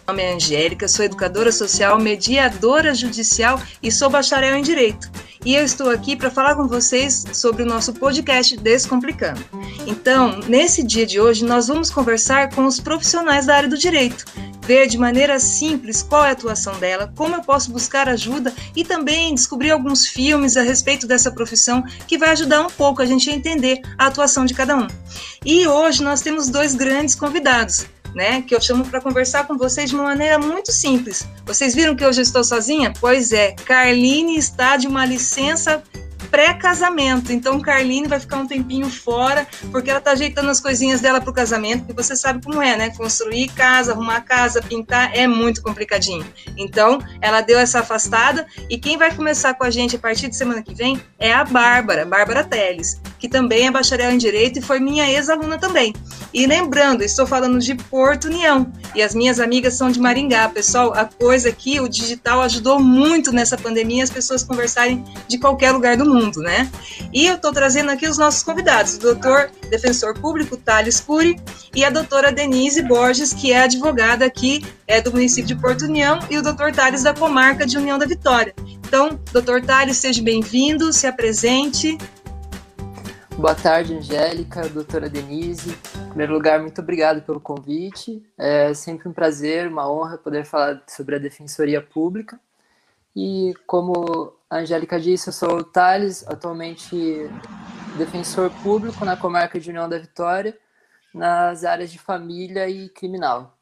Meu nome é Angélica, sou educadora social, mediadora judicial e sou bacharel em Direito. E eu estou aqui para falar com vocês sobre o nosso podcast Descomplicando. Então, nesse dia de hoje, nós vamos conversar com os profissionais da área do direito, ver de maneira simples qual é a atuação dela, como eu posso buscar ajuda e também descobrir alguns filmes a respeito dessa profissão que vai ajudar um pouco a gente a entender a atuação de cada um. E hoje nós temos dois grandes convidados, que eu chamo para conversar com vocês de uma maneira muito simples. Vocês viram que hoje eu estou sozinha? Pois é, Carline está de uma licença pré-casamento, então Carline vai ficar um tempinho fora, porque ela está ajeitando as coisinhas dela para o casamento, porque você sabe como é, né? Construir casa, arrumar casa, pintar, é muito complicadinho. Então, ela deu essa afastada, e quem vai começar com a gente a partir de semana que vem é a Bárbara Teles, que também é bacharel em Direito e foi minha ex-aluna também. E lembrando, estou falando de Porto União, e as minhas amigas são de Maringá. Pessoal, a coisa aqui, o digital ajudou muito nessa pandemia, as pessoas conversarem de qualquer lugar do mundo, né? E eu estou trazendo aqui os nossos convidados, o doutor defensor público Thales Cury e a doutora Denise Borges, que é advogada aqui do município de Porto União, e o doutor Thales da comarca de União da Vitória. Então, doutor Thales, seja bem-vindo, se apresente. Boa tarde, Angélica, doutora Denise. Em primeiro lugar, muito obrigado pelo convite. É sempre um prazer, uma honra poder falar sobre a Defensoria Pública. E como a Angélica disse, eu sou o Thales, atualmente defensor público na comarca de União da Vitória, nas áreas de família e criminal.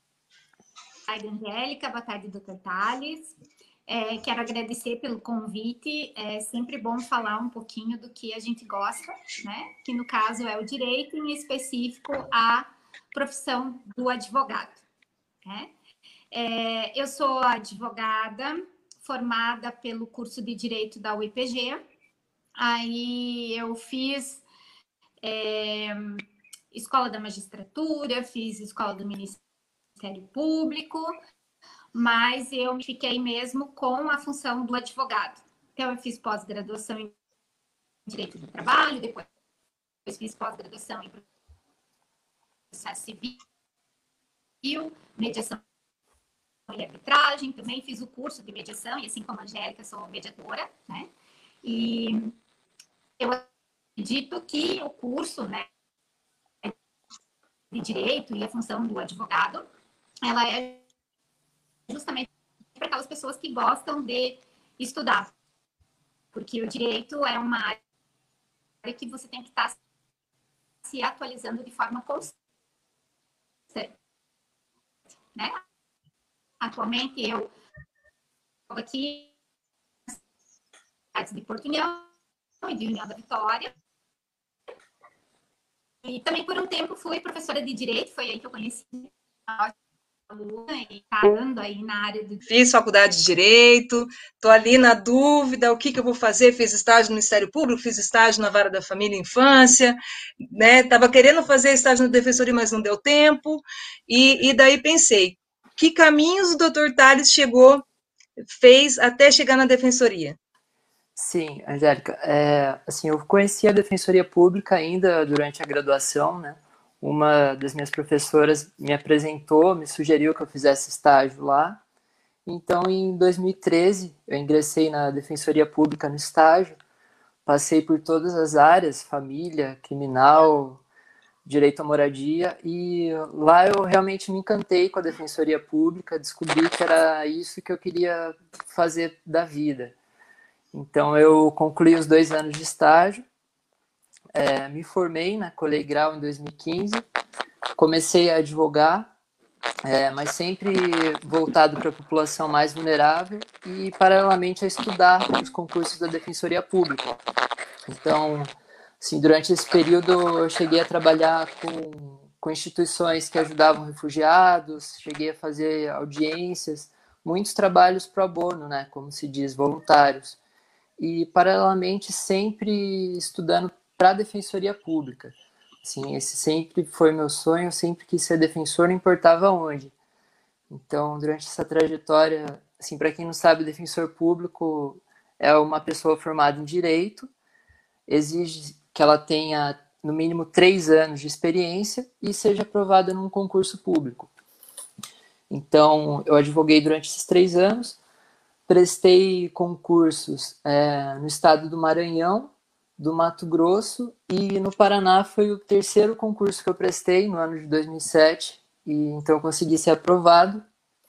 Boa tarde, Angélica. Boa tarde, doutor Thales. Quero agradecer pelo convite. É sempre bom falar um pouquinho do que a gente gosta, né? Que no caso é o direito, em específico a profissão do advogado, né? Eu sou advogada formada pelo curso de Direito da UEPG. Aí eu fiz Escola da Magistratura, fiz Escola do Ministério Público, mas eu me fiquei mesmo com a função do advogado. Então, eu fiz pós-graduação em Direito do Trabalho, depois fiz pós-graduação em Processo Civil, Mediação e Arbitragem, também fiz o curso de mediação, e assim como a Angélica, sou mediadora, né? E eu acredito que o curso, né, de Direito e a função do advogado, ela é justamente para aquelas pessoas que gostam de estudar, porque o direito é uma área que você tem que estar se atualizando de forma constante, né? Atualmente eu estou aqui nas cidades de Porto União e de União da Vitória, e também por um tempo fui professora de Direito, foi aí que eu conheci a aluna e parando aí na área do... Fiz faculdade de Direito, estou ali na dúvida, o que eu vou fazer, fiz estágio no Ministério Público, fiz estágio na Vara da Família e Infância, né? Estava querendo fazer estágio na Defensoria, mas não deu tempo, e daí pensei, que caminhos o doutor Thales fez até chegar na Defensoria? Sim, Angélica, assim, eu conheci a Defensoria Pública ainda durante a graduação, né? Uma das minhas professoras me apresentou, me sugeriu que eu fizesse estágio lá. Então, em 2013, eu ingressei na Defensoria Pública no estágio, passei por todas as áreas, família, criminal, direito à moradia, e lá eu realmente me encantei com a Defensoria Pública, descobri que era isso que eu queria fazer da vida. Então, eu concluí os 2 anos de estágio, me formei na Colei Grau em 2015, comecei a advogar, mas sempre voltado para a população mais vulnerável e, paralelamente, a estudar os concursos da Defensoria Pública. Então, assim, durante esse período, eu cheguei a trabalhar com instituições que ajudavam refugiados, cheguei a fazer audiências, muitos trabalhos pro bono, né, como se diz, voluntários. E, paralelamente, sempre estudando para a Defensoria Pública. Assim, esse sempre foi meu sonho, eu sempre quis ser defensor, não importava onde. Então, durante essa trajetória, assim, para quem não sabe, o defensor público é uma pessoa formada em Direito, exige que ela tenha, no mínimo, 3 anos de experiência e seja aprovada num concurso público. Então, eu advoguei durante esses 3 anos, prestei concursos no estado do Maranhão, do Mato Grosso, e no Paraná foi o 3º concurso que eu prestei no ano de 2007, e então eu consegui ser aprovado,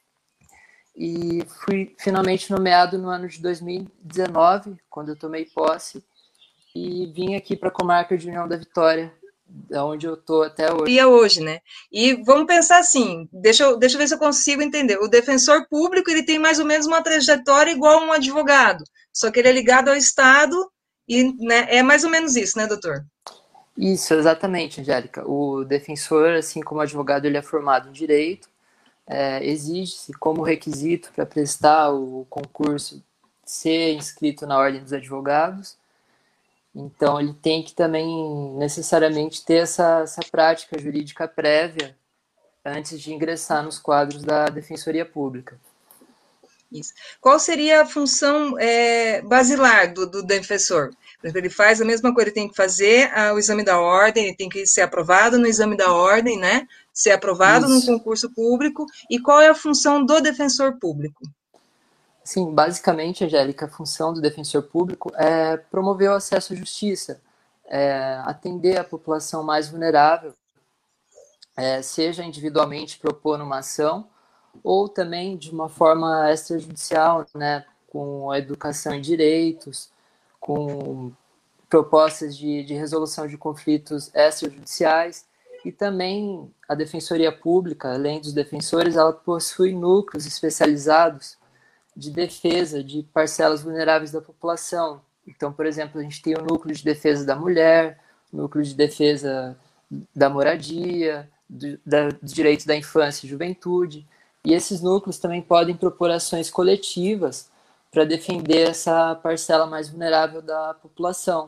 e fui finalmente nomeado no ano de 2019, quando eu tomei posse, e vim aqui para a comarca de União da Vitória, onde eu estou até hoje. E é hoje, né? E vamos pensar assim, deixa eu ver se eu consigo entender. O defensor público, ele tem mais ou menos uma trajetória igual a um advogado, só que ele é ligado ao Estado e, né, é mais ou menos isso, né, doutor? Isso, exatamente, Angélica. O defensor, assim como o advogado, ele é formado em Direito, exige-se como requisito para prestar o concurso ser inscrito na Ordem dos Advogados. Então, ele tem que também necessariamente ter essa prática jurídica prévia antes de ingressar nos quadros da Defensoria Pública. Isso. Qual seria a função basilar do defensor? Ele faz a mesma coisa, ele tem que fazer o exame da ordem, ele tem que ser aprovado no exame da ordem, né? Ser aprovado no concurso público. E qual é a função do defensor público? Sim, basicamente, Angélica, a função do defensor público é promover o acesso à justiça, atender a população mais vulnerável, seja individualmente propondo uma ação, ou também de uma forma extrajudicial, né, com a educação em direitos, com propostas de resolução de conflitos extrajudiciais, e também a Defensoria Pública, além dos defensores, ela possui núcleos especializados de defesa de parcelas vulneráveis da população. Então, por exemplo, a gente tem o núcleo de defesa da mulher, o núcleo de defesa da moradia, dos direitos da infância e juventude, e esses núcleos também podem propor ações coletivas para defender essa parcela mais vulnerável da população.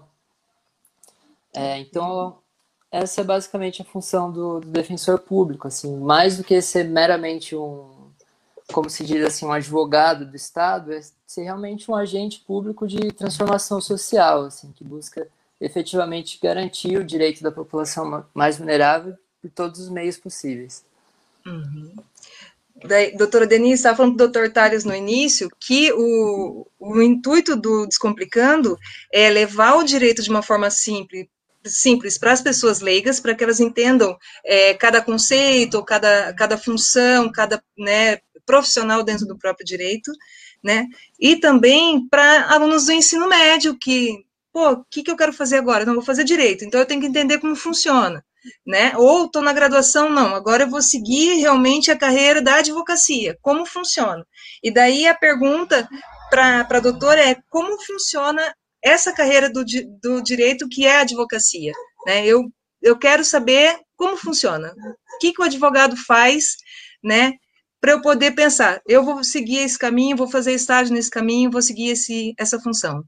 Então, essa é basicamente a função do defensor público, assim, mais do que ser meramente como se diz assim, um advogado do Estado, é ser realmente um agente público de transformação social, assim, que busca efetivamente garantir o direito da população mais vulnerável por todos os meios possíveis. Uhum. Daí, doutora Denise, estava falando para o doutor Tales no início que o intuito do Descomplicando é levar o direito de uma forma simples para as pessoas leigas, para que elas entendam cada conceito, cada função, cada, né, profissional dentro do próprio direito, né? E também para alunos do ensino médio que, o que eu quero fazer agora? Não vou fazer direito, então eu tenho que entender como funciona, né? Ou estou na graduação, não, agora eu vou seguir realmente a carreira da advocacia, como funciona? E daí a pergunta para a doutora é como funciona essa carreira do direito que é a advocacia, né? Eu quero saber como funciona, o que o advogado faz, né? Para eu poder pensar, eu vou seguir esse caminho, vou fazer estágio nesse caminho, vou seguir essa função.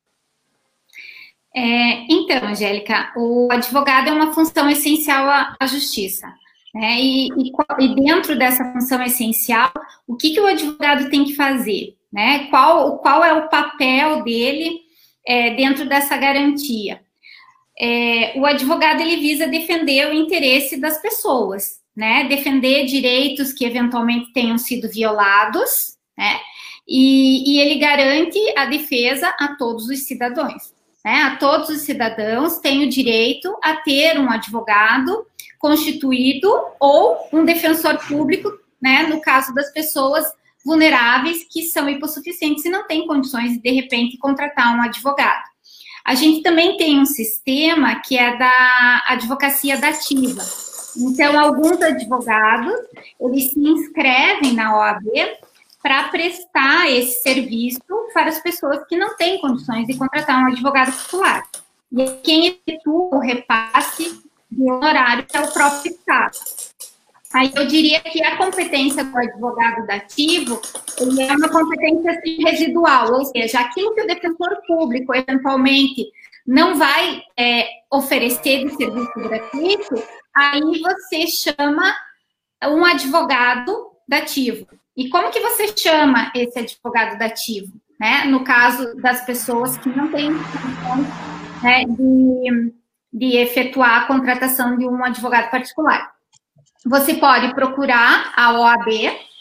Então, Angélica, o advogado é uma função essencial à justiça, né? E dentro dessa função essencial, o que o advogado tem que fazer, né? Qual é o papel dele dentro dessa garantia? O advogado, ele visa defender o interesse das pessoas, né? Defender direitos que eventualmente tenham sido violados, né? E ele garante a defesa a todos os cidadãos, né? A todos os cidadãos têm o direito a ter um advogado constituído ou um defensor público, né? No caso das pessoas vulneráveis que são hipossuficientes e não têm condições de repente, contratar um advogado. A gente também tem um sistema que é da advocacia dativa. Então, alguns advogados, eles se inscrevem na OAB para prestar esse serviço para as pessoas que não têm condições de contratar um advogado titular. E quem efetua o repasse de honorário é o próprio Estado. Aí eu diria que a competência do advogado dativo ele é uma competência assim, residual, ou seja, aquilo que o defensor público eventualmente não vai oferecer de serviço gratuito, aí você chama um advogado dativo. E como que você chama esse advogado dativo? Né? No caso das pessoas que não têm condições, né, de efetuar a contratação de um advogado particular. Você pode procurar a OAB,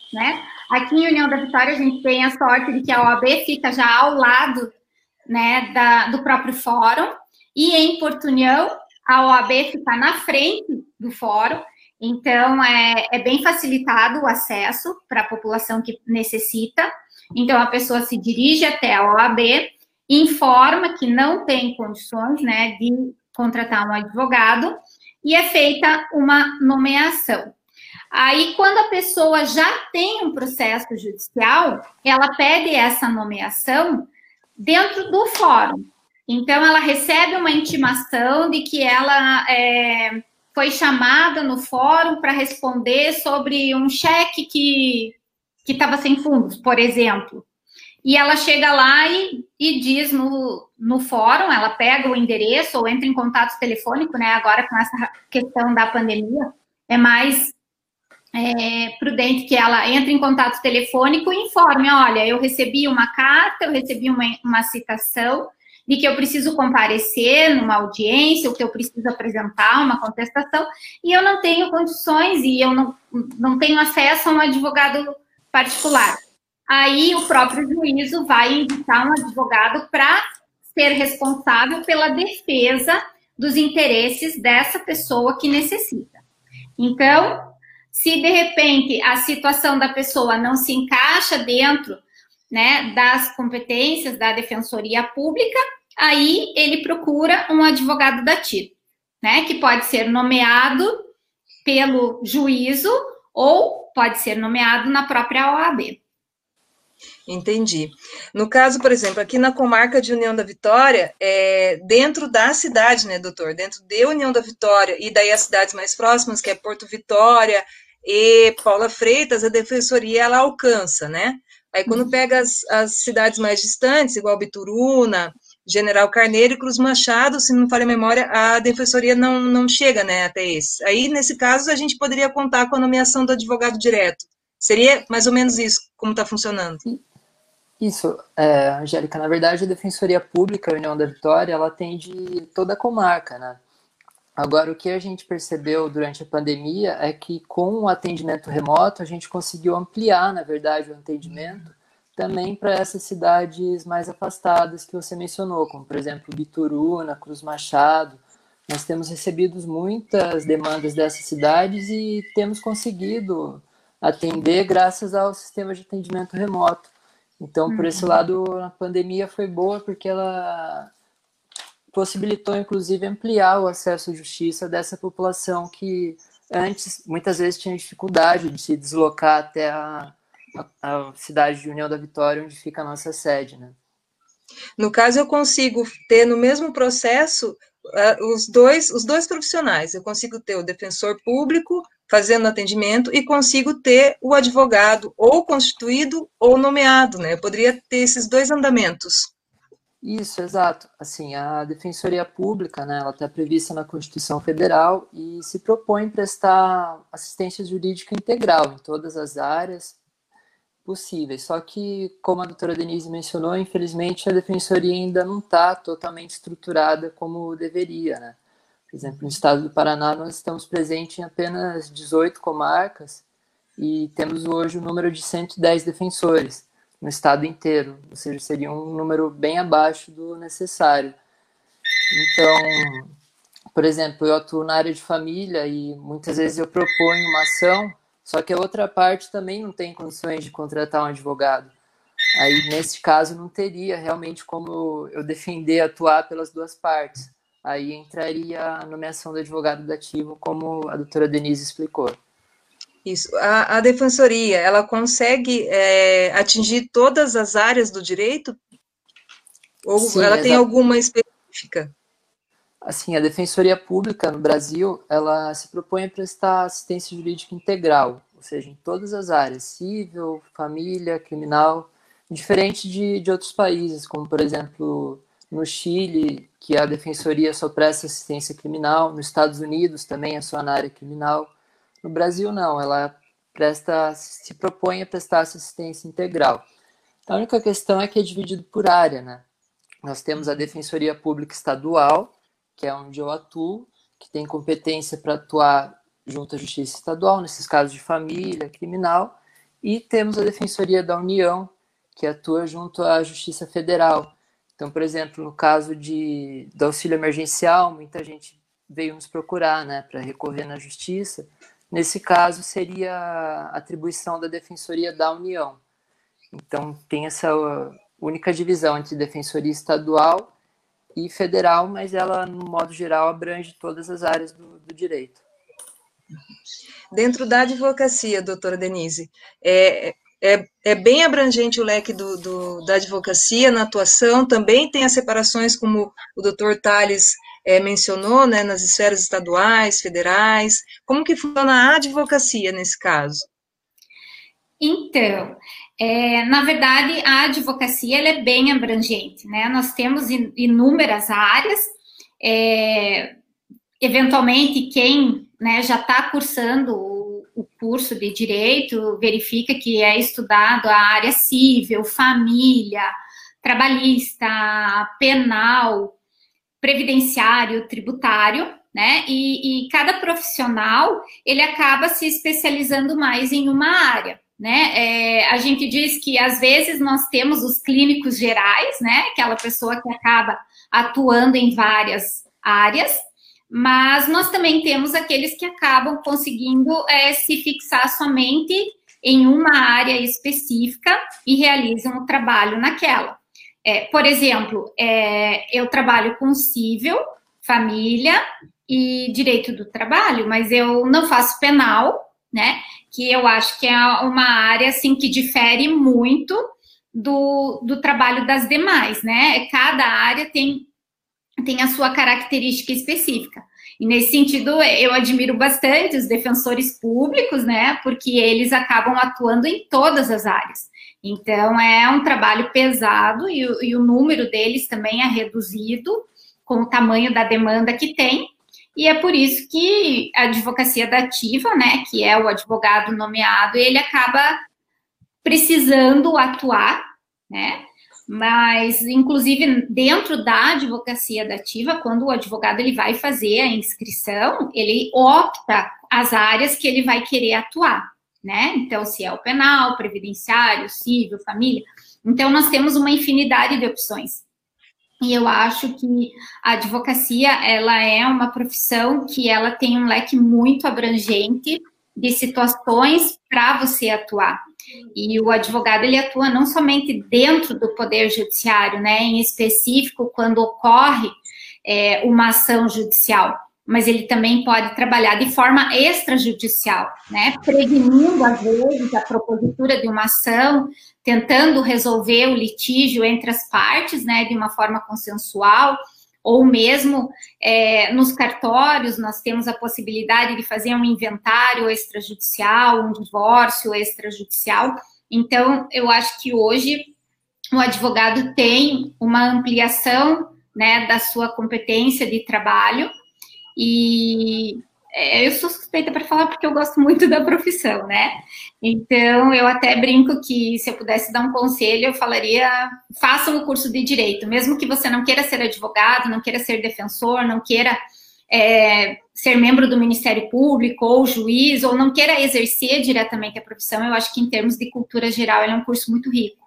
né? Aqui em União da Vitória, a gente tem a sorte de que a OAB fica já ao lado, né, do próprio fórum, e em Porto União, a OAB fica na frente do fórum, então é bem facilitado o acesso para a população que necessita. Então, a pessoa se dirige até a OAB, informa que não tem condições, né, de contratar um advogado, e é feita uma nomeação. Aí, quando a pessoa já tem um processo judicial, ela pede essa nomeação dentro do fórum. Então, ela recebe uma intimação de que ela foi chamada no fórum para responder sobre um cheque que estava sem fundos, por exemplo. E ela chega lá e diz no fórum, ela pega o endereço ou entra em contato telefônico, né? Agora, com essa questão da pandemia, é mais prudente que ela entre em contato telefônico e informe, olha, eu recebi uma carta, eu recebi uma citação de que eu preciso comparecer numa audiência, ou que eu preciso apresentar uma contestação, e eu não tenho condições, e eu não tenho acesso a um advogado particular. Aí o próprio juízo vai indicar um advogado para ser responsável pela defesa dos interesses dessa pessoa que necessita. Então, se de repente a situação da pessoa não se encaixa dentro, né, das competências da Defensoria Pública, aí ele procura um advogado dativo, né, que pode ser nomeado pelo juízo ou pode ser nomeado na própria OAB. Entendi. No caso, por exemplo, aqui na comarca de União da Vitória, dentro da cidade, né, doutor? Dentro de União da Vitória e daí as cidades mais próximas, que é Porto Vitória e Paula Freitas, a defensoria, ela alcança, né? Aí quando pega as cidades mais distantes, igual Bituruna, General Carneiro e Cruz Machado, se não me falha a memória, a defensoria não chega, né, até esse. Aí, nesse caso, a gente poderia contar com a nomeação do advogado direto. Seria mais ou menos isso, como está funcionando. Isso, Angélica, na verdade a Defensoria Pública, a União da Vitória, ela atende toda a comarca, né? Agora, o que a gente percebeu durante a pandemia é que com o atendimento remoto, a gente conseguiu ampliar, na verdade, o atendimento também para essas cidades mais afastadas que você mencionou, como, por exemplo, Bituruna, Cruz Machado. Nós temos recebido muitas demandas dessas cidades e temos conseguido atender graças ao sistema de atendimento remoto. Então, por esse lado, a pandemia foi boa porque ela possibilitou, inclusive, ampliar o acesso à justiça dessa população que antes, muitas vezes, tinha dificuldade de se deslocar até a cidade de União da Vitória, onde fica a nossa sede, né? No caso, eu consigo ter no mesmo processo os dois profissionais. Eu consigo ter o defensor público fazendo atendimento e consigo ter o advogado ou constituído ou nomeado, né? Eu poderia ter esses dois andamentos. Isso, exato. Assim, a Defensoria Pública, né, ela está prevista na Constituição Federal e se propõe prestar assistência jurídica integral em todas as áreas possíveis. Só que, como a doutora Denise mencionou, infelizmente a Defensoria ainda não está totalmente estruturada como deveria, né? Por exemplo, no estado do Paraná, nós estamos presentes em apenas 18 comarcas e temos hoje o número de 110 defensores no estado inteiro, ou seja, seria um número bem abaixo do necessário. Então, por exemplo, eu atuo na área de família e muitas vezes eu proponho uma ação, só que a outra parte também não tem condições de contratar um advogado. Aí, nesse caso, não teria realmente como eu defender, atuar pelas duas partes. Aí entraria a nomeação do advogado dativo, como a doutora Denise explicou. Isso. A defensoria, ela consegue atingir todas as áreas do direito? Ou sim, ela tem alguma específica? Assim, a Defensoria Pública no Brasil, ela se propõe a prestar assistência jurídica integral, ou seja, em todas as áreas, civil, família, criminal, diferente de outros países, como, por exemplo, no Chile, que a Defensoria só presta assistência criminal, nos Estados Unidos também é só na área criminal. No Brasil, não, ela se propõe a prestar assistência integral. A única questão é que é dividido por área, né? Nós temos a Defensoria Pública Estadual, que é onde eu atuo, que tem competência para atuar junto à Justiça Estadual, nesses casos de família, criminal, E temos a Defensoria da União, que atua junto à Justiça Federal. Então, por exemplo, no caso do auxílio emergencial, muita gente veio nos procurar, né, para recorrer na Justiça. Nesse caso, seria a atribuição da Defensoria da União. Então, tem essa única divisão entre Defensoria Estadual e Federal, mas ela, no modo geral, abrange todas as áreas do direito. Dentro da advocacia, doutora Denise, é bem abrangente o leque da advocacia na atuação, também tem as separações, como o doutor Tales mencionou, né, nas esferas estaduais, federais. Como que funciona a advocacia nesse caso? Então, na verdade, a advocacia ela é bem abrangente, né? Nós temos inúmeras áreas, eventualmente quem, né, já está cursando o curso de direito verifica que é estudado a área civil, família, trabalhista, penal, previdenciário, tributário, né? E cada profissional ele acaba se especializando mais em uma área, né? A gente diz que às vezes nós temos os clínicos gerais, né? Aquela pessoa que acaba atuando em várias áreas, mas nós também temos aqueles que acabam conseguindo se fixar somente em uma área específica e realizam o trabalho naquela. Por exemplo, eu trabalho com civil, família e direito do trabalho, mas eu não faço penal, né? Que eu acho que é uma área assim que difere muito do trabalho das demais, né? Cada área tem a sua característica específica. E nesse sentido, eu admiro bastante os defensores públicos, né? Porque eles acabam atuando em todas as áreas. Então, é um trabalho pesado e o número deles também é reduzido com o tamanho da demanda que tem. E é por isso que a advocacia dativa, né, que é o advogado nomeado, ele acaba precisando atuar, né? Mas, inclusive, dentro da advocacia dativa, quando o advogado ele vai fazer a inscrição, ele opta as áreas que ele vai querer atuar, né? Então, se é o penal, previdenciário, civil, família. Então, nós temos uma infinidade de opções. E eu acho que a advocacia, ela é uma profissão que ela tem um leque muito abrangente de situações para você atuar. E o advogado, ele atua não somente dentro do Poder Judiciário, né, em específico, quando ocorre uma ação judicial, mas ele também pode trabalhar de forma extrajudicial, né, prevenindo, às vezes, a propositura de uma ação, tentando resolver o litígio entre as partes, né, de uma forma consensual, ou mesmo nos cartórios nós temos a possibilidade de fazer um inventário extrajudicial, um divórcio extrajudicial. Então, eu acho que hoje o advogado tem uma ampliação, né, da sua competência de trabalho e eu sou suspeita para falar porque eu gosto muito da profissão, né? Então, eu até brinco que se eu pudesse dar um conselho, eu falaria, façam o curso de Direito, mesmo que você não queira ser advogado, não queira ser defensor, não queira ser membro do Ministério Público ou juiz, ou não queira exercer diretamente a profissão, eu acho que em termos de cultura geral, ele é um curso muito rico.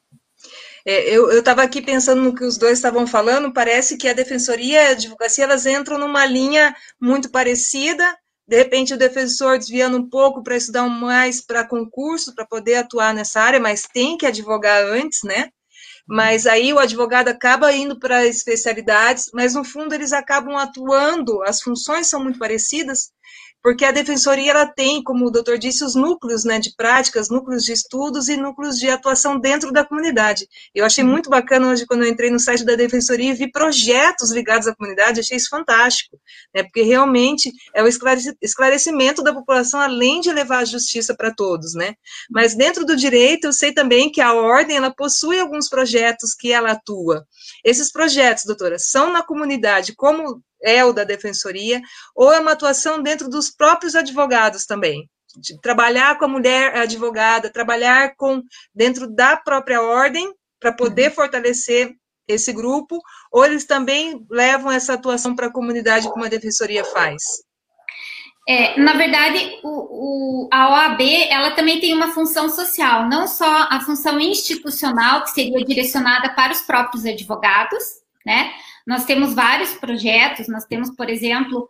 Eu estava aqui pensando no que os dois estavam falando, parece que a defensoria e a advocacia, elas entram numa linha muito parecida, de repente o defensor desviando um pouco para estudar mais para concurso, para poder atuar nessa área, mas tem que advogar antes, né? Mas aí o advogado acaba indo para especialidades, mas no fundo eles acabam atuando, as funções são muito parecidas, porque a defensoria ela tem, como o doutor disse, os núcleos, né, de práticas, núcleos de estudos e núcleos de atuação dentro da comunidade. Eu achei muito bacana hoje, quando eu entrei no site da defensoria e vi projetos ligados à comunidade, achei isso fantástico, né, porque realmente é o esclarecimento da população, além de levar a justiça para todos, né. Mas dentro do direito, eu sei também que a ordem, ela possui alguns projetos que ela atua. Esses projetos, doutora, são na comunidade, como é o da defensoria, ou é uma atuação dentro dos próprios advogados também, de trabalhar com a mulher advogada, trabalhar dentro da própria ordem, para poder fortalecer esse grupo, ou eles também levam essa atuação para a comunidade como a defensoria faz? Na verdade, a OAB, ela também tem uma função social, não só a função institucional, que seria direcionada para os próprios advogados, né? Nós temos vários projetos, nós temos, por exemplo,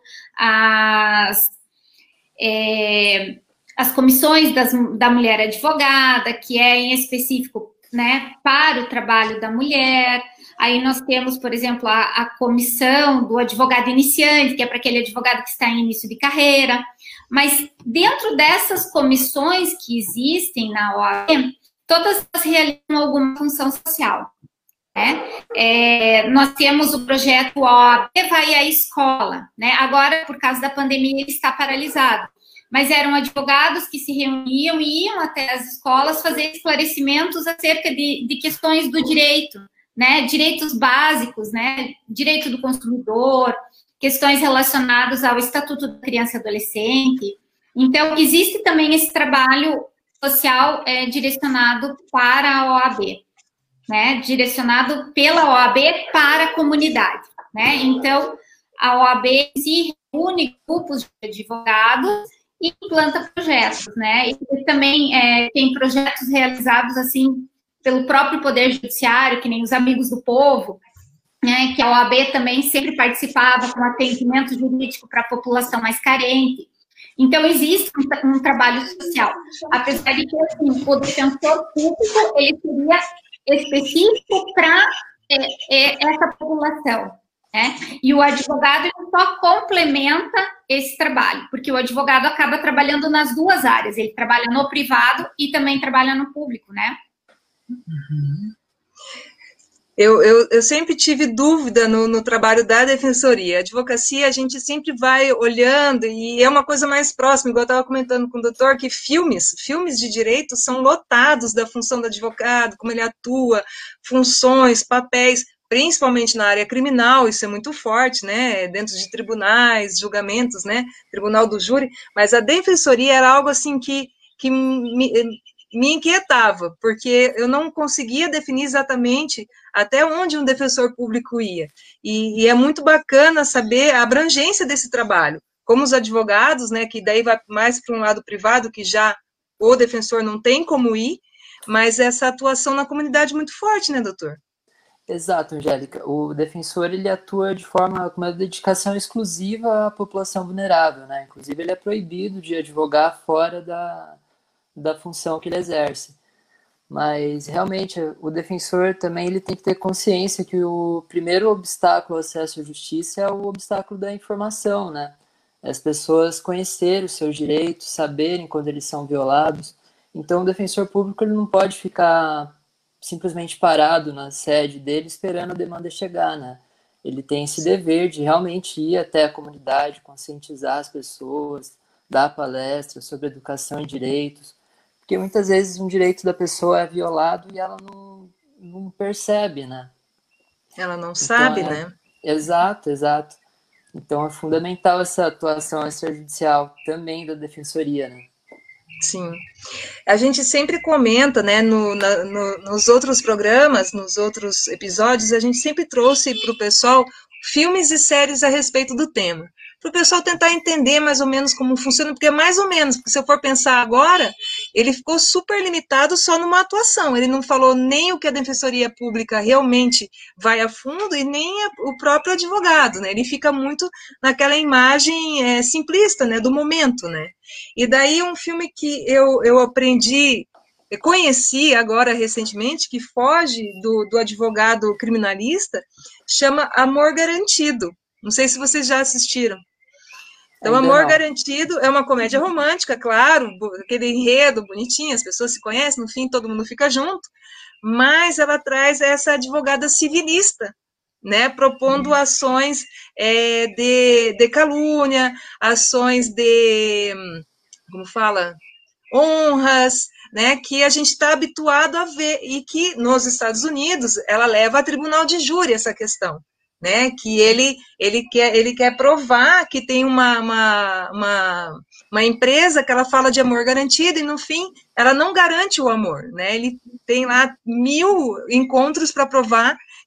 as comissões da mulher advogada, que é em específico, né, para o trabalho da mulher. Aí nós temos, por exemplo, a comissão do advogado iniciante, que é para aquele advogado que está em início de carreira. Mas dentro dessas comissões que existem na OAB, todas realizam alguma função social, né? Nós temos o projeto OAB Vai à Escola, né? Agora, por causa da pandemia, ele está paralisado. Mas eram advogados que se reuniam e iam até as escolas fazer esclarecimentos acerca de questões do direito, né? Direitos básicos, né? Direito do consumidor, questões relacionadas ao Estatuto da Criança e Adolescente. Então, existe também esse trabalho social direcionado para a OAB, né? Direcionado pela OAB para a comunidade, né? Então, a OAB se reúne grupos de advogados e implanta projetos, né? E também tem projetos realizados, assim, pelo próprio Poder Judiciário, que nem os Amigos do Povo, né? Que a OAB também sempre participava com atendimento jurídico para a população mais carente. Então, existe um trabalho social. Apesar de que, assim, o defensor público, ele seria específico para essa população, né? E o advogado só complementa esse trabalho, porque o advogado acaba trabalhando nas duas áreas, ele trabalha no privado e também trabalha no público, né? Uhum. Eu sempre tive dúvida no trabalho da defensoria. A advocacia, a gente sempre vai olhando, e é uma coisa mais próxima, igual eu estava comentando com o doutor, que filmes de direito são lotados da função do advogado, como ele atua, funções, papéis, principalmente na área criminal, isso é muito forte, né, dentro de tribunais, julgamentos, né, tribunal do júri, mas a defensoria era algo assim que me inquietava, porque eu não conseguia definir exatamente até onde um defensor público ia. E é muito bacana saber a abrangência desse trabalho, como os advogados, né, que daí vai mais para um lado privado, que já o defensor não tem como ir, mas essa atuação na comunidade muito forte, né, doutor? Exato, Angélica. O defensor, ele atua de forma, com uma dedicação exclusiva à população vulnerável, né? Inclusive, ele é proibido de advogar fora da função que ele exerce. Mas, realmente, o defensor também ele tem que ter consciência que o primeiro obstáculo ao acesso à justiça é o obstáculo da informação, né? As pessoas conhecerem os seus direitos, saberem quando eles são violados. Então, o defensor público ele não pode ficar simplesmente parado na sede dele esperando a demanda chegar, né? Ele tem esse dever de realmente ir até a comunidade, conscientizar as pessoas, dar palestras sobre educação e direitos, porque muitas vezes um direito da pessoa é violado e ela não percebe, né? Ela não sabe, Então, né? Exato. Então é fundamental essa atuação extrajudicial também da defensoria, né? Sim. A gente sempre comenta, né, nos outros programas, nos outros episódios, a gente sempre trouxe para o pessoal filmes e séries a respeito do tema, para o pessoal tentar entender mais ou menos como funciona, porque é mais ou menos, porque se eu for pensar agora, ele ficou super limitado só numa atuação, ele não falou nem o que a Defensoria Pública realmente vai a fundo e nem o próprio advogado, né, ele fica muito naquela imagem simplista, né, do momento, né. E daí um filme que eu aprendi, eu conheci agora recentemente, que foge do advogado criminalista, chama Amor Garantido. Não sei se vocês já assistiram. Então, Ainda Amor não. Garantido é uma comédia romântica, claro, aquele enredo bonitinho, as pessoas se conhecem, no fim todo mundo fica junto, mas ela traz essa advogada civilista, né, propondo ações de calúnia, ações de, como fala, honras, né, que a gente está habituado a ver, e que nos Estados Unidos ela leva a tribunal de júri essa questão, né, que ele quer provar que tem uma empresa que ela fala de amor garantido e no fim ela não garante o amor, né, ele tem lá 1000 encontros para provar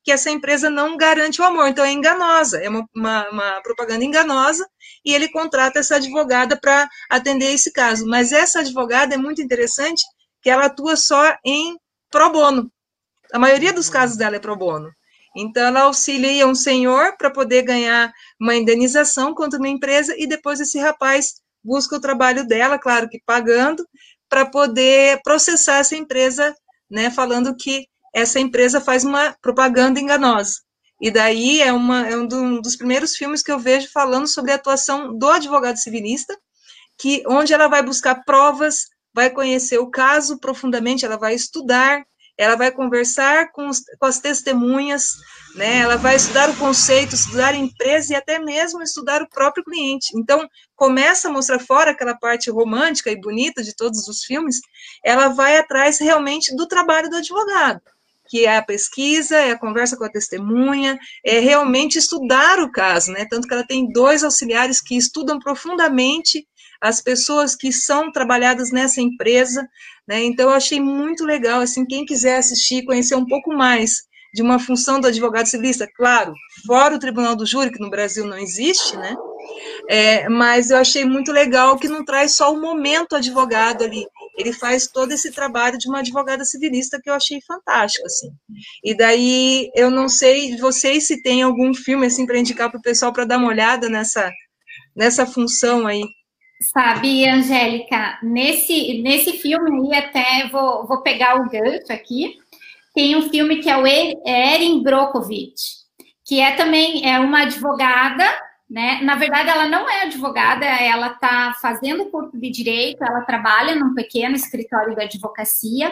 que essa empresa não garante o amor, então é enganosa, é uma propaganda enganosa, e ele contrata essa advogada para atender esse caso. Mas essa advogada é muito interessante, que ela atua só em pro bono. A maioria dos casos dela é pro bono. Então, ela auxilia um senhor para poder ganhar uma indenização contra uma empresa, e depois esse rapaz busca o trabalho dela, claro que pagando, para poder processar essa empresa, né, falando que essa empresa faz uma propaganda enganosa. E daí é um dos primeiros filmes que eu vejo falando sobre a atuação do advogado civilista, onde ela vai buscar provas, vai conhecer o caso profundamente, ela vai estudar, ela vai conversar com as testemunhas, né? Ela vai estudar o conceito, estudar a empresa e até mesmo estudar o próprio cliente. Então, começa a mostrar fora aquela parte romântica e bonita de todos os filmes, ela vai atrás realmente do trabalho do advogado, que é a pesquisa, é a conversa com a testemunha, é realmente estudar o caso, né? Tanto que ela tem 2 auxiliares que estudam profundamente as pessoas que são trabalhadas nessa empresa, né? Então, eu achei muito legal, assim, quem quiser assistir, conhecer um pouco mais de uma função do advogado civilista, claro, fora o tribunal do júri, que no Brasil não existe, né? Mas eu achei muito legal que não traz só o momento advogado ali, ele faz todo esse trabalho de uma advogada civilista que eu achei fantástico, assim. E daí, eu não sei vocês se tem algum filme, assim, para indicar para o pessoal para dar uma olhada nessa função aí. Sabe, Angélica, nesse filme aí, até vou pegar o gancho aqui, tem um filme que é o Erin Brockovich, que também uma advogada, né? Na verdade, ela não é advogada, ela está fazendo curso de direito, ela trabalha num pequeno escritório de advocacia,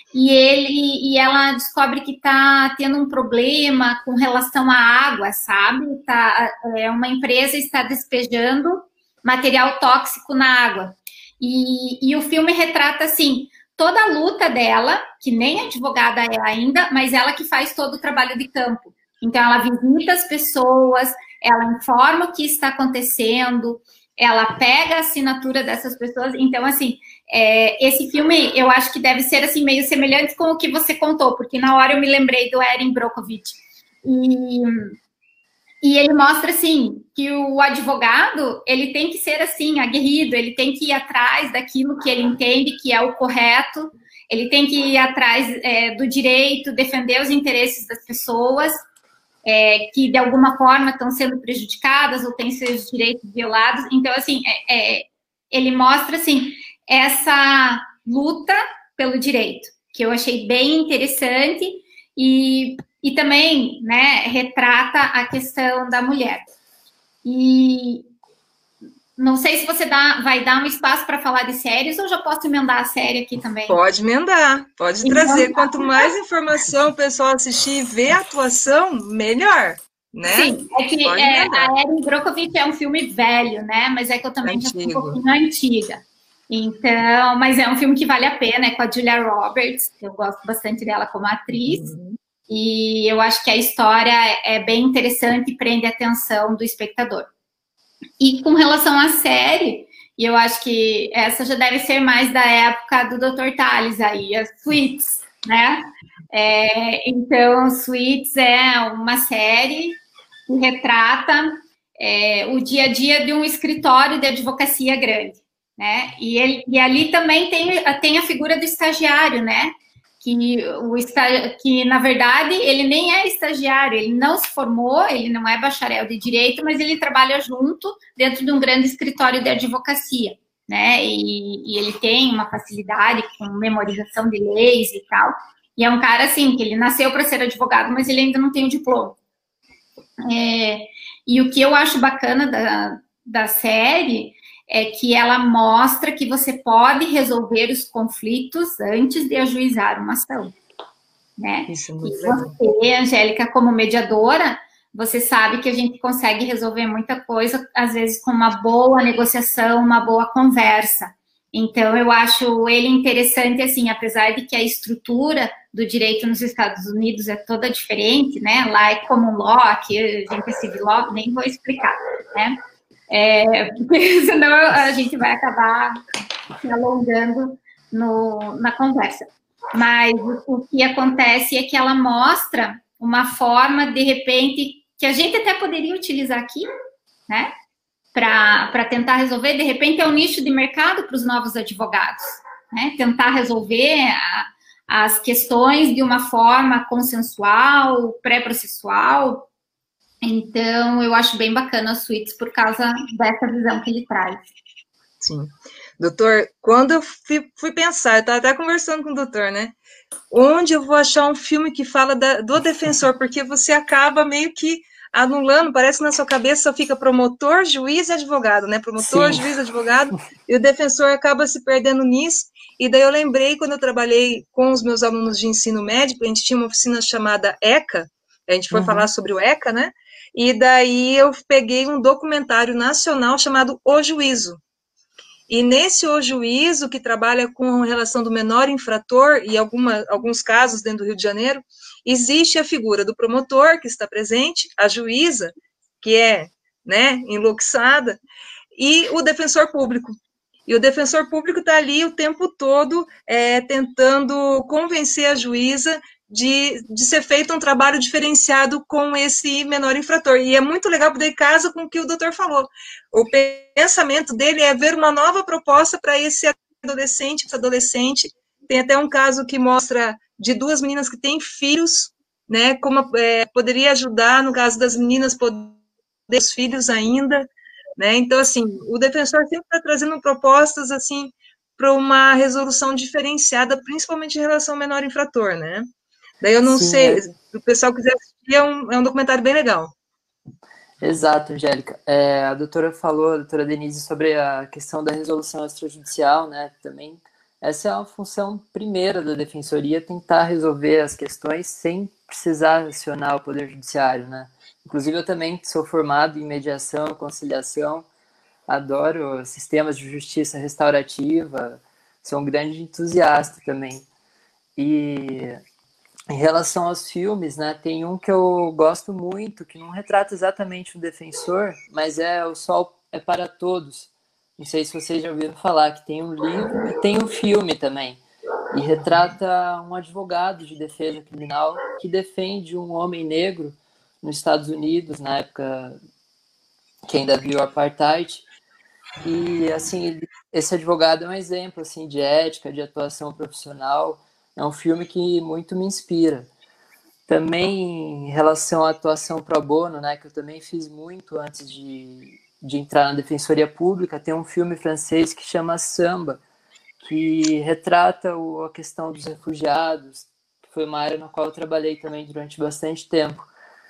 e ela descobre que está tendo um problema com relação à água, sabe? Uma empresa está despejando material tóxico na água. E o filme retrata, assim, toda a luta dela, que nem advogada é ainda, mas ela que faz todo o trabalho de campo. Então, ela visita as pessoas, ela informa o que está acontecendo, ela pega a assinatura dessas pessoas. Então, assim, esse filme, eu acho que deve ser, assim, meio semelhante com o que você contou, porque na hora eu me lembrei do Erin Brockovich. E ele mostra, assim, que o advogado, ele tem que ser, assim, aguerrido, ele tem que ir atrás daquilo que ele entende que é o correto, ele tem que ir atrás do direito, defender os interesses das pessoas que, de alguma forma, estão sendo prejudicadas ou têm seus direitos violados. Então, assim, ele mostra, assim, essa luta pelo direito, que eu achei bem interessante e também, né, retrata a questão da mulher. E não sei se você vai dar um espaço para falar de séries ou já posso emendar a série aqui também? Pode emendar, pode trazer. Quanto mais informação o pessoal assistir e ver a atuação, melhor, né? Sim, é que a Erin Brockovich é um filme velho, né? Mas é que eu também já sou um pouquinho antiga. Então, mas é um filme que vale a pena, é com a Julia Roberts, eu gosto bastante dela como atriz. E eu acho que a história é bem interessante e prende a atenção do espectador. E com relação à série, e eu acho que essa já deve ser mais da época do Dr. Tales aí, a Suits, né? Então, Suits é uma série que retrata o dia a dia de um escritório de advocacia grande, né? E ali também tem a figura do estagiário, né? Que, na verdade, ele nem é estagiário, ele não se formou, ele não é bacharel de direito, mas ele trabalha junto dentro de um grande escritório de advocacia, né? E ele tem uma facilidade com memorização de leis e tal. E é um cara, assim, que ele nasceu para ser advogado, mas ele ainda não tem o diploma. E o que eu acho bacana da série é que ela mostra que você pode resolver os conflitos antes de ajuizar uma ação, né? Isso é muito legal. Você, Angélica, como mediadora, você sabe que a gente consegue resolver muita coisa, às vezes com uma boa negociação, uma boa conversa. Então, eu acho ele interessante, assim, apesar de que a estrutura do direito nos Estados Unidos é toda diferente, né? Lá é common law, aqui a gente é civil law, nem vou explicar, né? Porque senão a gente vai acabar se alongando na conversa. Mas o que acontece é que ela mostra uma forma, de repente, que a gente até poderia utilizar aqui, né? Para tentar resolver, de repente, é um nicho de mercado para os novos advogados, né? Tentar resolver as questões de uma forma consensual, pré-processual. Então, eu acho bem bacana a Suítes por causa dessa visão que ele traz. Sim. Doutor, quando eu fui pensar, eu estava até conversando com o doutor, né? Onde eu vou achar um filme que fala do defensor? Porque você acaba meio que anulando, parece que na sua cabeça só fica promotor, juiz e advogado, né? Promotor, Sim. juiz, advogado, e o defensor acaba se perdendo nisso. E daí eu lembrei, quando eu trabalhei com os meus alunos de ensino médio, a gente tinha uma oficina chamada ECA, a gente foi falar sobre o ECA, né? E daí eu peguei um documentário nacional chamado O Juízo. E nesse O Juízo, que trabalha com a relação do menor infrator, e alguns casos dentro do Rio de Janeiro, existe a figura do promotor, que está presente, a juíza, que é, né, enlouquiçada, e o defensor público. E o defensor público está ali o tempo todo tentando convencer a juíza de ser feito um trabalho diferenciado com esse menor infrator. E é muito legal, porque casa com o que o doutor falou. O pensamento dele é ver uma nova proposta para esse adolescente, essa adolescente. Tem até um caso que mostra de duas meninas que têm filhos, né, como poderia ajudar, no caso das meninas, poder ter os filhos ainda, né? Então, assim, o defensor sempre está trazendo propostas, assim, para uma resolução diferenciada, principalmente em relação ao menor infrator, né? Daí eu não sei, se o pessoal quiser assistir, é um documentário bem legal. Exato, Angélica. A doutora falou, a doutora Denise, sobre a questão da resolução extrajudicial, né? Também essa é uma função primeira da defensoria, tentar resolver as questões sem precisar acionar o Poder Judiciário, né? Inclusive, eu também sou formado em mediação, conciliação, adoro sistemas de justiça restaurativa, sou um grande entusiasta também. E em relação aos filmes, né, tem um que eu gosto muito, que não retrata exatamente o defensor, mas O Sol é para Todos. Não sei se vocês já ouviram falar, que tem um livro e tem um filme também. E retrata um advogado de defesa criminal que defende um homem negro nos Estados Unidos, na época que ainda havia o apartheid. E, assim, esse advogado é um exemplo, assim, de ética, de atuação profissional. É um filme que muito me inspira. Também, em relação à atuação pro bono, né, que eu também fiz muito antes de entrar na Defensoria Pública, tem um filme francês que chama Samba, que retrata a questão dos refugiados, que foi uma área na qual eu trabalhei também durante bastante tempo.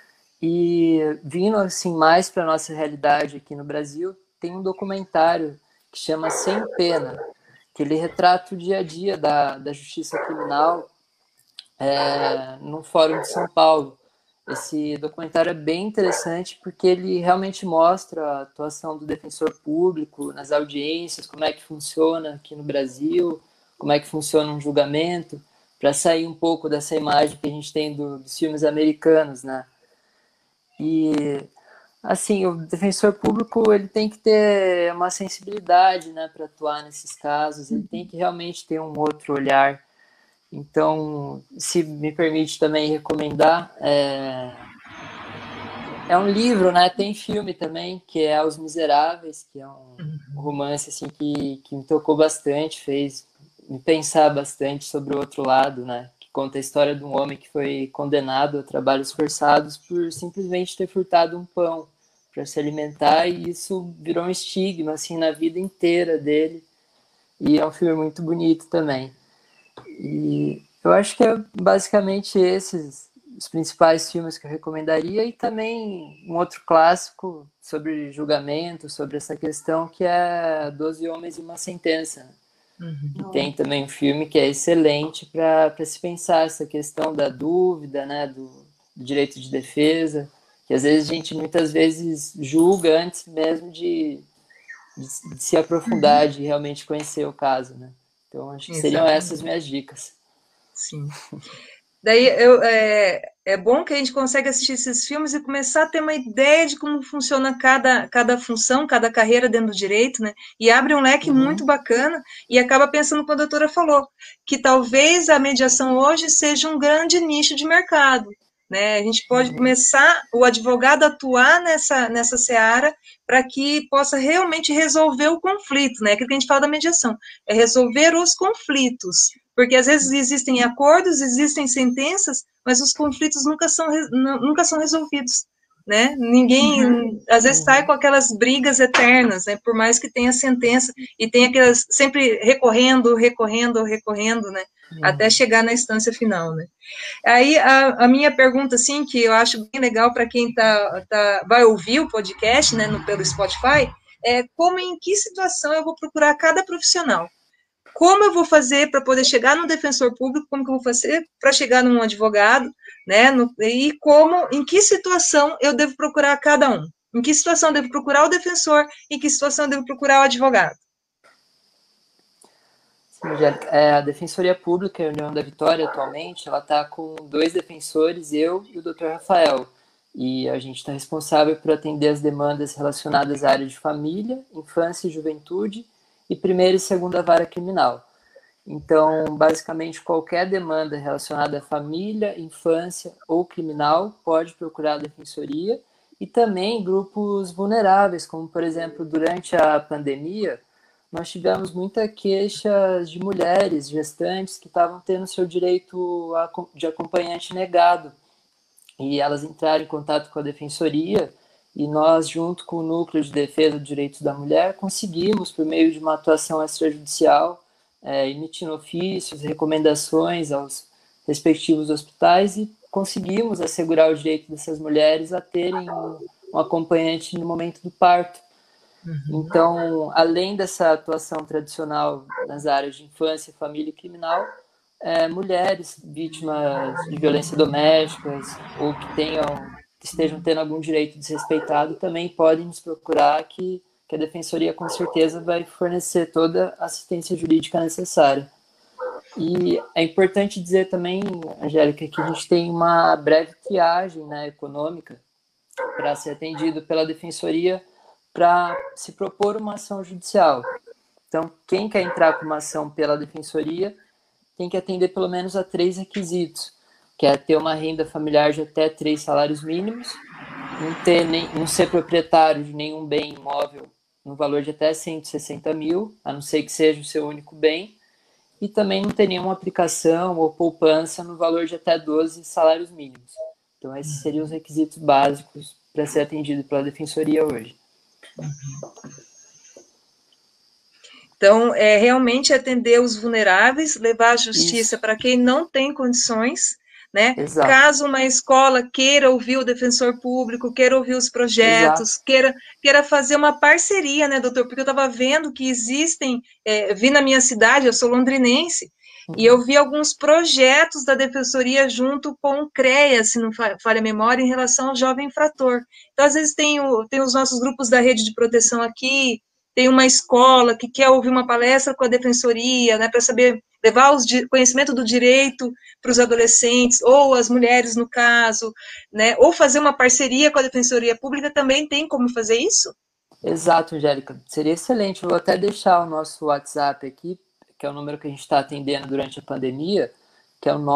E vindo assim mais para a nossa realidade aqui no Brasil, tem um documentário que chama Sem Pena, que ele retrata o dia a dia da justiça criminal no Fórum de São Paulo. Esse documentário é bem interessante porque ele realmente mostra a atuação do defensor público nas audiências, como é que funciona aqui no Brasil, como é que funciona um julgamento, para sair um pouco dessa imagem que a gente tem dos filmes americanos, né? E, assim, o defensor público ele tem que ter uma sensibilidade, né, para atuar nesses casos, ele tem que realmente ter um outro olhar. Então, se me permite também recomendar, é um livro, né, tem filme também, que é Os Miseráveis, que é um romance assim, que me tocou bastante, fez me pensar bastante sobre o outro lado, né? Conta a história de um homem que foi condenado a trabalhos forçados por simplesmente ter furtado um pão para se alimentar, e isso virou um estigma assim na vida inteira dele. E é um filme muito bonito também. E eu acho que é basicamente esses os principais filmes que eu recomendaria, e também um outro clássico sobre julgamento, sobre essa questão, que é 12 Homens e uma Sentença. E tem também um filme que é excelente para se pensar essa questão da dúvida, né, do direito de defesa, que às vezes a gente muitas vezes julga antes mesmo de se aprofundar, de realmente conhecer o caso, né? Então acho que seriam essas minhas dicas. Sim. Daí é bom que a gente consegue assistir esses filmes e começar a ter uma ideia de como funciona cada função, cada carreira dentro do direito, né? E abre um leque muito bacana, e acaba pensando como a doutora falou, que talvez a mediação hoje seja um grande nicho de mercado, né? A gente pode começar o advogado a atuar nessa seara para que possa realmente resolver o conflito, né? Aquilo que a gente fala da mediação, é resolver os conflitos, porque às vezes existem acordos, existem sentenças, mas os conflitos nunca são resolvidos, né? Ninguém, às vezes, sai com aquelas brigas eternas, né? Por mais que tenha sentença e tenha aquelas sempre recorrendo, né? Até chegar na instância final, né? Aí a minha pergunta, assim, que eu acho bem legal para quem vai ouvir o podcast, né, pelo Spotify, é em que situação eu vou procurar cada profissional? Como eu vou fazer para poder chegar no defensor público? Como que eu vou fazer para chegar num advogado, né? Em que situação eu devo procurar cada um? Em que situação eu devo procurar o defensor? Em que situação eu devo procurar o advogado? Sim, Angélica, a Defensoria Pública e a União da Vitória, atualmente, ela está com 2 defensores, eu e o Dr. Rafael. E a gente está responsável por atender as demandas relacionadas à área de família, infância e juventude e primeira e segunda vara criminal. Então, basicamente, qualquer demanda relacionada à família, infância ou criminal pode procurar a Defensoria, e também grupos vulneráveis, como, por exemplo, durante a pandemia, nós tivemos muita queixa de mulheres gestantes que estavam tendo seu direito de acompanhante negado. E elas entraram em contato com a Defensoria e nós, junto com o Núcleo de Defesa dos Direitos da Mulher, conseguimos, por meio de uma atuação extrajudicial, emitindo ofícios, recomendações aos respectivos hospitais, e conseguimos assegurar o direito dessas mulheres a terem um acompanhante no momento do parto. Então, além dessa atuação tradicional nas áreas de infância, família e criminal, mulheres vítimas de violência doméstica ou que estejam tendo algum direito desrespeitado também podem nos procurar, que a Defensoria com certeza vai fornecer toda a assistência jurídica necessária. E é importante dizer também, Angélica, que a gente tem uma breve triagem, né, econômica para ser atendido pela Defensoria para se propor uma ação judicial. Então, quem quer entrar com uma ação pela Defensoria tem que atender pelo menos a 3 requisitos, que é ter uma renda familiar de até 3 salários mínimos, não ser proprietário de nenhum bem imóvel no valor de até 160 mil, a não ser que seja o seu único bem, e também não ter nenhuma aplicação ou poupança no valor de até 12 salários mínimos. Então, esses seriam os requisitos básicos para ser atendido pela Defensoria hoje. Então, realmente atender os vulneráveis, levar a justiça para quem não tem condições, né? Exato. Caso uma escola queira ouvir o defensor público, queira ouvir os projetos, queira fazer uma parceria, né, doutor? Porque eu estava vendo que existem, vi na minha cidade, eu sou londrinense, e eu vi alguns projetos da Defensoria junto com o CREA, se não falha a memória, em relação ao jovem infrator. Então, às vezes, tem os nossos grupos da rede de proteção aqui, tem uma escola que quer ouvir uma palestra com a Defensoria, né, para saber levar o conhecimento do direito para os adolescentes, ou as mulheres, no caso, né, ou fazer uma parceria com a Defensoria Pública, também tem como fazer isso? Exato, Angélica. Seria excelente. Eu vou até deixar o nosso WhatsApp aqui, que é o número que a gente está atendendo durante a pandemia, que é o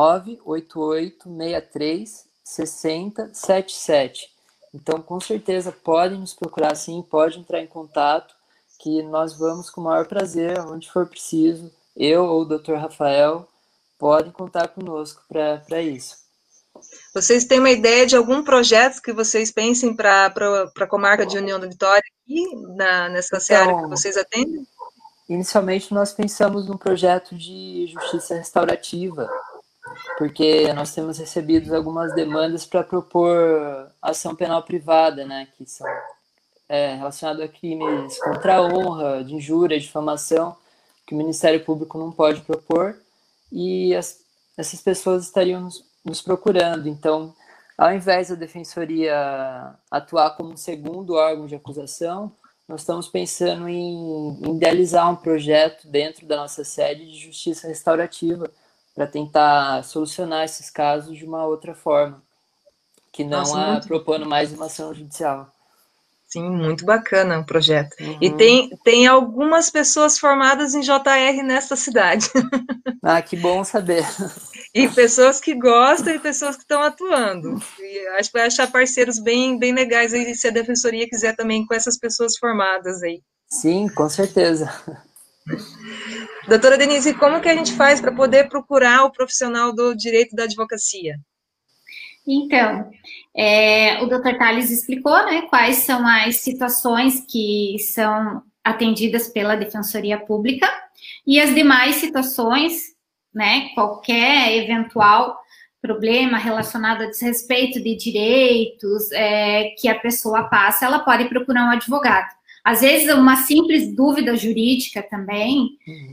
988-63-6077. Então, com certeza, podem nos procurar sim, pode entrar em contato, que nós vamos com o maior prazer, onde for preciso. Eu ou o Dr. Rafael podem contar conosco para isso. Vocês têm uma ideia de algum projeto que vocês pensem para a comarca de União da Vitória, aqui nessa seara que vocês atendem? Inicialmente, nós pensamos num projeto de justiça restaurativa, porque nós temos recebido algumas demandas para propor ação penal privada, né, que são relacionadas a crimes contra a honra, de injúria, difamação, que o Ministério Público não pode propor, e essas pessoas estariam nos procurando. Então, ao invés da Defensoria atuar como um segundo órgão de acusação, nós estamos pensando em idealizar um projeto dentro da nossa sede de justiça restaurativa para tentar solucionar esses casos de uma outra forma, que não propondo mais uma ação judicial. Sim, muito bacana o projeto. E Uhum. tem algumas pessoas formadas em JR nesta cidade. Ah, que bom saber. E pessoas que gostam e pessoas que estão atuando. E acho que vai achar parceiros bem legais aí, se a defensoria quiser também com essas pessoas formadas aí. Sim, com certeza. Doutora Denise, como que a gente faz para poder procurar o profissional do direito da advocacia? Então, o Dr. Tales explicou, né, quais são as situações que são atendidas pela Defensoria Pública e as demais situações, né, qualquer eventual problema relacionado a desrespeito de direitos que a pessoa passa, ela pode procurar um advogado. Às vezes, uma simples dúvida jurídica também,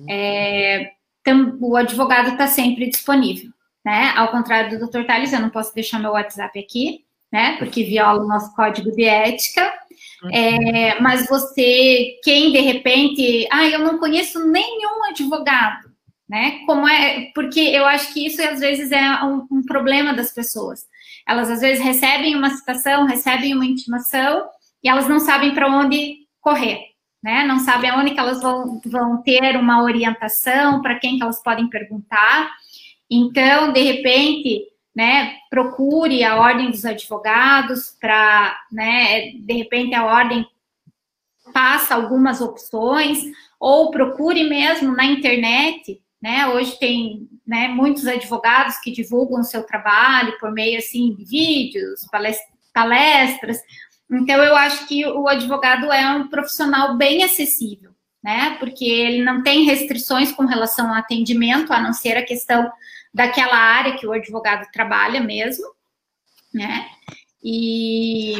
o advogado está sempre disponível. Né? Ao contrário do Dr. Tales, eu não posso deixar meu WhatsApp aqui, né? Porque viola o nosso código de ética. Mas você, quem de repente, eu não conheço nenhum advogado, né? Porque eu acho que isso às vezes é um problema das pessoas. Elas às vezes recebem uma citação, recebem uma intimação e elas não sabem para onde correr, né? Não sabem aonde que elas vão ter uma orientação, para quem que elas podem perguntar. Então, de repente, né, procure a ordem dos advogados para, né, de repente a ordem passa algumas opções, ou procure mesmo na internet, né, hoje tem, né, muitos advogados que divulgam o seu trabalho por meio, assim, de vídeos, palestras. Então, eu acho que o advogado é um profissional bem acessível, né, porque ele não tem restrições com relação ao atendimento, a não ser a questão daquela área que o advogado trabalha mesmo, né? E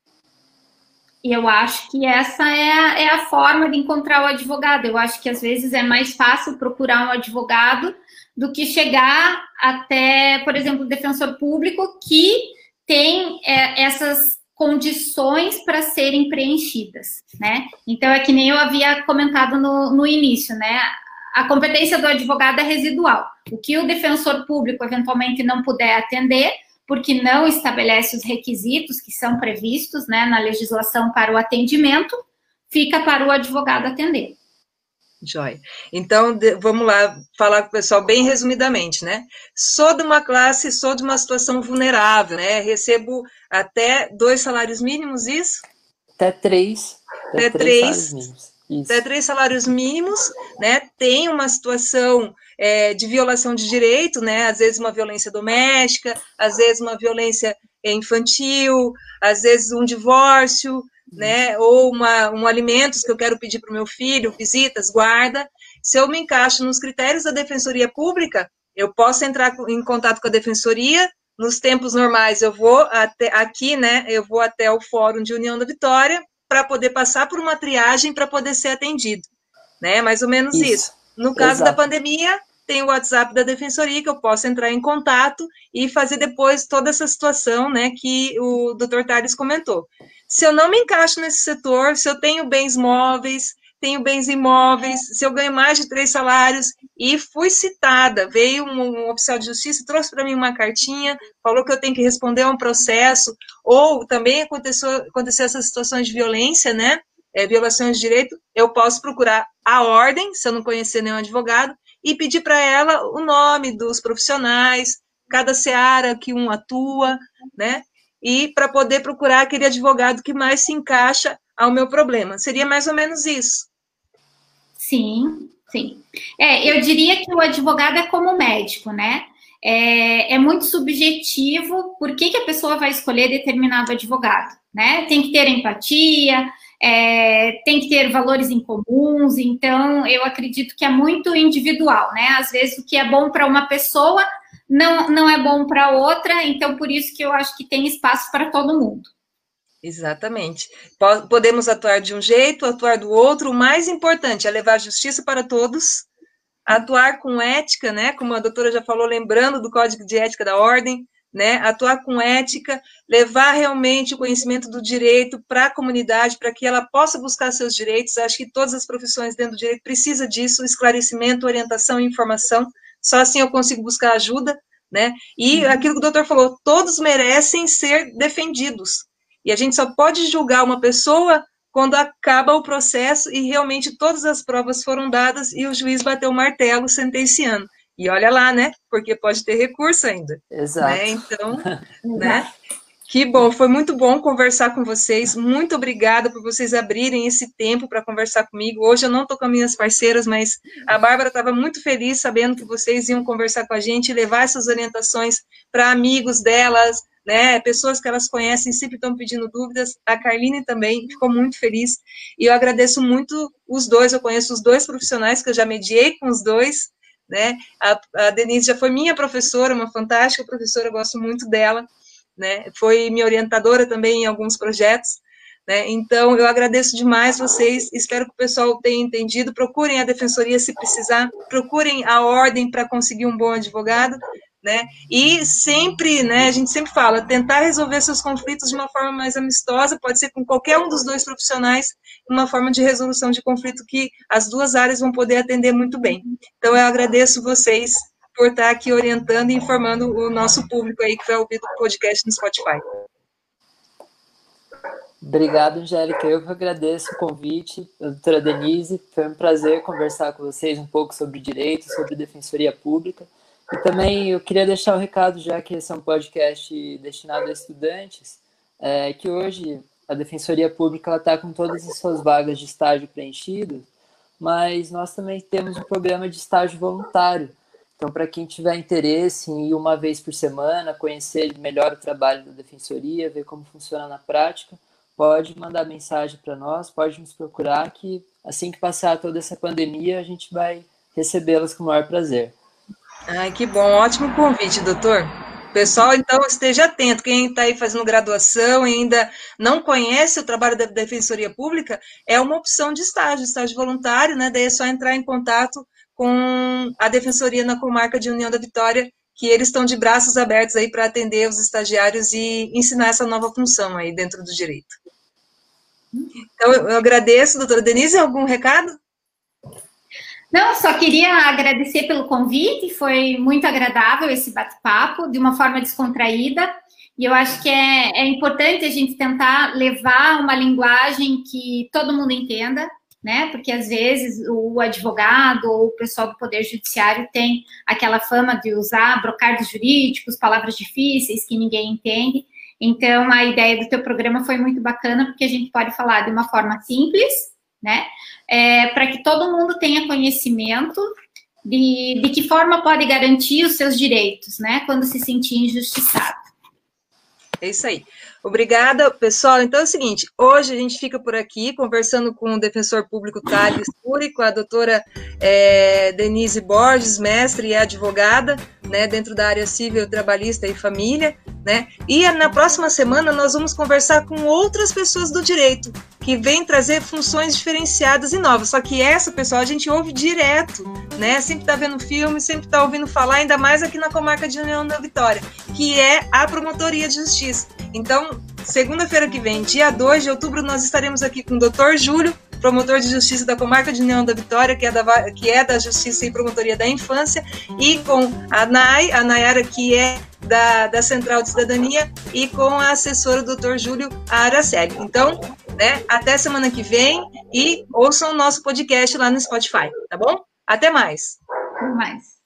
eu acho que essa é a forma de encontrar o advogado. Eu acho que às vezes é mais fácil procurar um advogado do que chegar até, por exemplo, o defensor público que tem essas condições para serem preenchidas, né? Então, é que nem eu havia comentado no início, né? A competência do advogado é residual. O que o defensor público eventualmente não puder atender, porque não estabelece os requisitos que são previstos, né, na legislação para o atendimento, fica para o advogado atender. Joia. Então, vamos lá falar com o pessoal bem resumidamente, né? Sou de uma classe, sou de uma situação vulnerável, né? Recebo até 2 salários mínimos, isso? Até 3. Até 3 salários mínimos. Até 3 salários mínimos, né? Tem uma situação de violação de direito, né? Às vezes uma violência doméstica, às vezes uma violência infantil, às vezes um divórcio, né? Ou um alimentos que eu quero pedir para o meu filho, visitas, guarda. Se eu me encaixo nos critérios da Defensoria Pública, eu posso entrar em contato com a Defensoria. Nos tempos normais, eu vou até aqui, né? Eu vou até o Fórum de União da Vitória para poder passar por uma triagem para poder ser atendido, né? Mais ou menos isso. No caso da pandemia, tem o WhatsApp da Defensoria, que eu posso entrar em contato e fazer depois toda essa situação, né, que o Dr. Tales comentou. Se eu não me encaixo nesse setor, se eu tenho bens móveis, tenho bens imóveis, se eu ganho mais de 3 salários e fui citada, veio um oficial de justiça, trouxe para mim uma cartinha, falou que eu tenho que responder a um processo, ou também aconteceu essas situações de violência, né, violações de direito, eu posso procurar a ordem, se eu não conhecer nenhum advogado, e pedir para ela o nome dos profissionais, cada seara que um atua, né, e para poder procurar aquele advogado que mais se encaixa ao meu problema. Seria mais ou menos isso. Sim, sim. Eu diria que o advogado é como médico, né? É muito subjetivo por que a pessoa vai escolher determinado advogado, né? Tem que ter empatia, tem que ter valores em comuns, então eu acredito que é muito individual, né? Às vezes o que é bom para uma pessoa não é bom para outra, então por isso que eu acho que tem espaço para todo mundo. Exatamente. Podemos atuar de um jeito, atuar do outro. O mais importante é levar a justiça para todos, atuar com ética, né? Como a doutora já falou, lembrando do Código de Ética da Ordem, né? Atuar com ética, levar realmente o conhecimento do direito para a comunidade, para que ela possa buscar seus direitos. Acho que todas as profissões dentro do direito precisam disso, esclarecimento, orientação e informação. Só assim eu consigo buscar ajuda, né? E aquilo que o doutor falou, todos merecem ser defendidos. E a gente só pode julgar uma pessoa quando acaba o processo e realmente todas as provas foram dadas e o juiz bateu o martelo sentenciando. E olha lá, né? Porque pode ter recurso ainda. Exato. Né? Então, né? Que bom, foi muito bom conversar com vocês. Muito obrigada por vocês abrirem esse tempo para conversar comigo. Hoje eu não estou com as minhas parceiras, mas a Bárbara estava muito feliz sabendo que vocês iam conversar com a gente e levar essas orientações para amigos delas, né? Pessoas que elas conhecem sempre estão pedindo dúvidas. A Carline também ficou muito feliz. E eu agradeço muito os dois. Eu conheço os dois profissionais, que eu já mediei com os dois, né? A Denise já foi minha professora, uma fantástica professora, eu gosto muito dela. Né, foi minha orientadora também em alguns projetos, né, então eu agradeço demais vocês, espero que o pessoal tenha entendido, procurem a defensoria se precisar, procurem a ordem para conseguir um bom advogado, né, e sempre, né, a gente sempre fala, tentar resolver seus conflitos de uma forma mais amistosa, pode ser com qualquer um dos dois profissionais, uma forma de resolução de conflito que as duas áreas vão poder atender muito bem. Então eu agradeço vocês por estar aqui orientando e informando o nosso público aí que vai ouvir o podcast no Spotify. Obrigado, Angélica. Eu que agradeço o convite, doutora Denise. Foi um prazer conversar com vocês um pouco sobre direito, sobre defensoria pública. E também eu queria deixar um recado, já que esse é um podcast destinado a estudantes, que hoje a defensoria pública está com todas as suas vagas de estágio preenchidas, mas nós também temos um programa de estágio voluntário. Então, para quem tiver interesse em ir uma vez por semana, conhecer melhor o trabalho da defensoria, ver como funciona na prática, pode mandar mensagem para nós, pode nos procurar, que assim que passar toda essa pandemia, a gente vai recebê-las com o maior prazer. Ai, que bom, ótimo convite, doutor. Pessoal, então, esteja atento, quem está aí fazendo graduação e ainda não conhece o trabalho da Defensoria Pública, é uma opção de estágio voluntário, né, daí é só entrar em contato com a Defensoria na comarca de União da Vitória, que eles estão de braços abertos aí para atender os estagiários e ensinar essa nova função aí dentro do direito. Então, eu agradeço, doutora Denise, algum recado? Não, só queria agradecer pelo convite, foi muito agradável esse bate-papo, de uma forma descontraída, e eu acho que é importante a gente tentar levar uma linguagem que todo mundo entenda, né? Porque às vezes o advogado ou o pessoal do Poder Judiciário tem aquela fama de usar brocardos jurídicos, palavras difíceis que ninguém entende. Então, a ideia do teu programa foi muito bacana, porque a gente pode falar de uma forma simples, né? Para que todo mundo tenha conhecimento de que forma pode garantir os seus direitos, né? Quando se sentir injustiçado. É isso aí. Obrigada, pessoal. Então é o seguinte, hoje a gente fica por aqui conversando com o defensor público Thales Cury, com a doutora Denise Borges, mestre e advogada, né, dentro da área civil, trabalhista e família, né? E na próxima semana nós vamos conversar com outras pessoas do direito, que vêm trazer funções diferenciadas e novas. Só que essa, pessoal, a gente ouve direto, né? Sempre está vendo filme, sempre está ouvindo falar, ainda mais aqui na comarca de União da Vitória, que é a Promotoria de Justiça. Então, segunda-feira que vem, dia 2 de outubro, nós estaremos aqui com o Dr. Júlio, promotor de justiça da comarca de União da Vitória, que é da Justiça e Promotoria da Infância, e com a Nayara, que é da Central de Cidadania, e com a assessora do Dr. Júlio Araceli. Então, né, até semana que vem, e ouçam o nosso podcast lá no Spotify, tá bom? Até mais! Até mais!